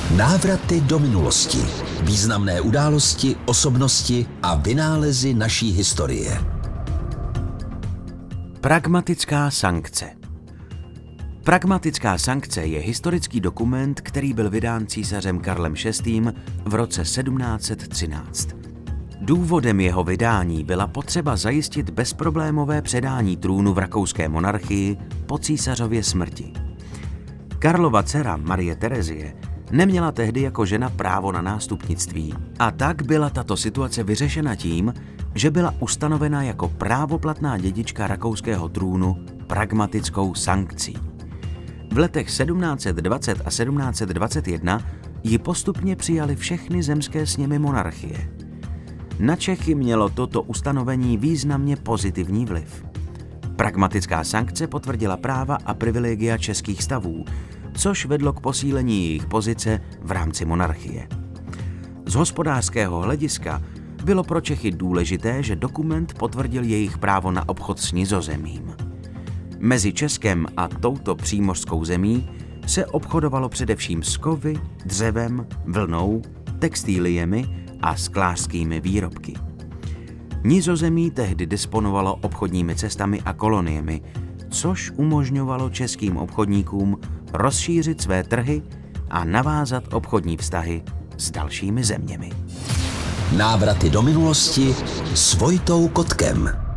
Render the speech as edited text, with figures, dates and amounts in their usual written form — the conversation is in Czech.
Návraty do minulosti. Významné události, osobnosti a vynálezy naší historie. Pragmatická sankce. Pragmatická sankce je historický dokument, který byl vydán císařem Karlem VI. V roce 1713. Důvodem jeho vydání byla potřeba zajistit bezproblémové předání trůnu v rakouské monarchii po císařově smrti. Karlova dcera Marie Terezie neměla tehdy jako žena právo na nástupnictví a tak byla tato situace vyřešena tím, že byla ustanovena jako právoplatná dědička rakouského trůnu pragmatickou sankcí. V letech 1720 a 1721 ji postupně přijali všechny zemské sněmy monarchie. Na Čechy mělo toto ustanovení významně pozitivní vliv. Pragmatická sankce potvrdila práva a privilegia českých stavů, což vedlo k posílení jejich pozice v rámci monarchie. Z hospodářského hlediska bylo pro Čechy důležité, že dokument potvrdil jejich právo na obchod s Nizozemím. Mezi Českem a touto přímořskou zemí se obchodovalo především s kovy, dřevem, vlnou, textiliemi a sklářskými výrobky. Nizozemí tehdy disponovalo obchodními cestami a koloniemi, což umožňovalo českým obchodníkům rozšířit své trhy a navázat obchodní vztahy s dalšími zeměmi. Návraty do minulosti s Vojtou Kotkem.